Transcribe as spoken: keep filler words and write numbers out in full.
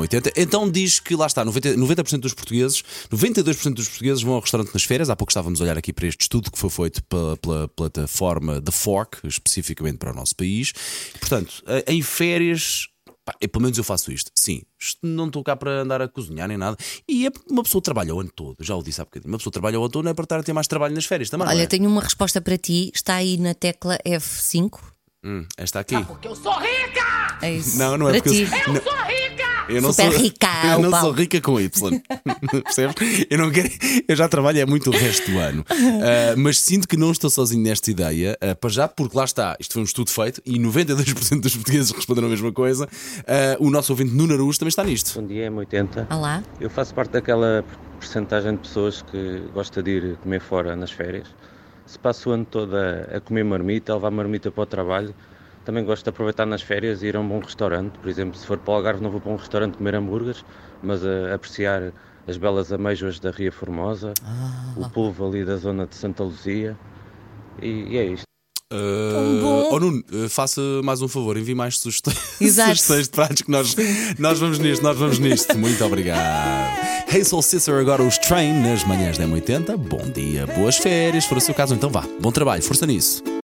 oitenta. Então diz que lá está, noventa, noventa por cento dos portugueses, noventa e dois por cento dos portugueses vão ao restaurante nas férias. Há pouco estávamos a olhar aqui para este estudo que foi feito pela, pela plataforma The Fork, especificamente para o nosso país. Portanto, em férias, pá, eu, pelo menos eu faço isto. Sim, não estou cá para andar a cozinhar nem nada. E é porque uma pessoa trabalha o ano todo, já o disse há bocadinho. Uma pessoa trabalha o ano todo, não é para estar a ter mais trabalho nas férias também. Olha, não é? tenho uma resposta para ti. Está aí na tecla F cinco. Hum, esta aqui. Ah, porque eu sou rica! É isso. Não, não é para porque ti. eu, Eu sou rica! eu não Super sou rica, Eu o não Paulo. sou rica com Y. Percebes? Eu não quero. Eu já trabalho é muito o resto do ano. Uh, mas sinto que não estou sozinho nesta ideia. Uh, para já, porque lá está, isto foi um estudo feito e noventa e dois por cento dos portugueses responderam a mesma coisa. Uh, o nosso ouvinte Nuno Araújo também está nisto. Bom dia, M oitenta. Olá. Eu faço parte daquela porcentagem de pessoas que gosta de ir comer fora nas férias. Se passo o ano todo a, a comer marmita, a levar marmita para o trabalho, também gosto de aproveitar nas férias e ir a um bom restaurante. Por exemplo, se for para o Algarve não vou para um restaurante comer hambúrgueres, mas a apreciar as belas amêijoas da Ria Formosa, Ah. o polvo ali da zona de Santa Luzia, e, e é isto. Uh, oh Nuno, uh, faça mais um favor, envie mais sugestões, Exato. sugestões de pratos que nós, nós vamos nisto, nós vamos nisto. Muito obrigado. Hey Soul Sister, agora os Train nas manhãs da M oitenta. Bom dia, boas férias. Se for o seu caso, então vá. Bom trabalho, força nisso.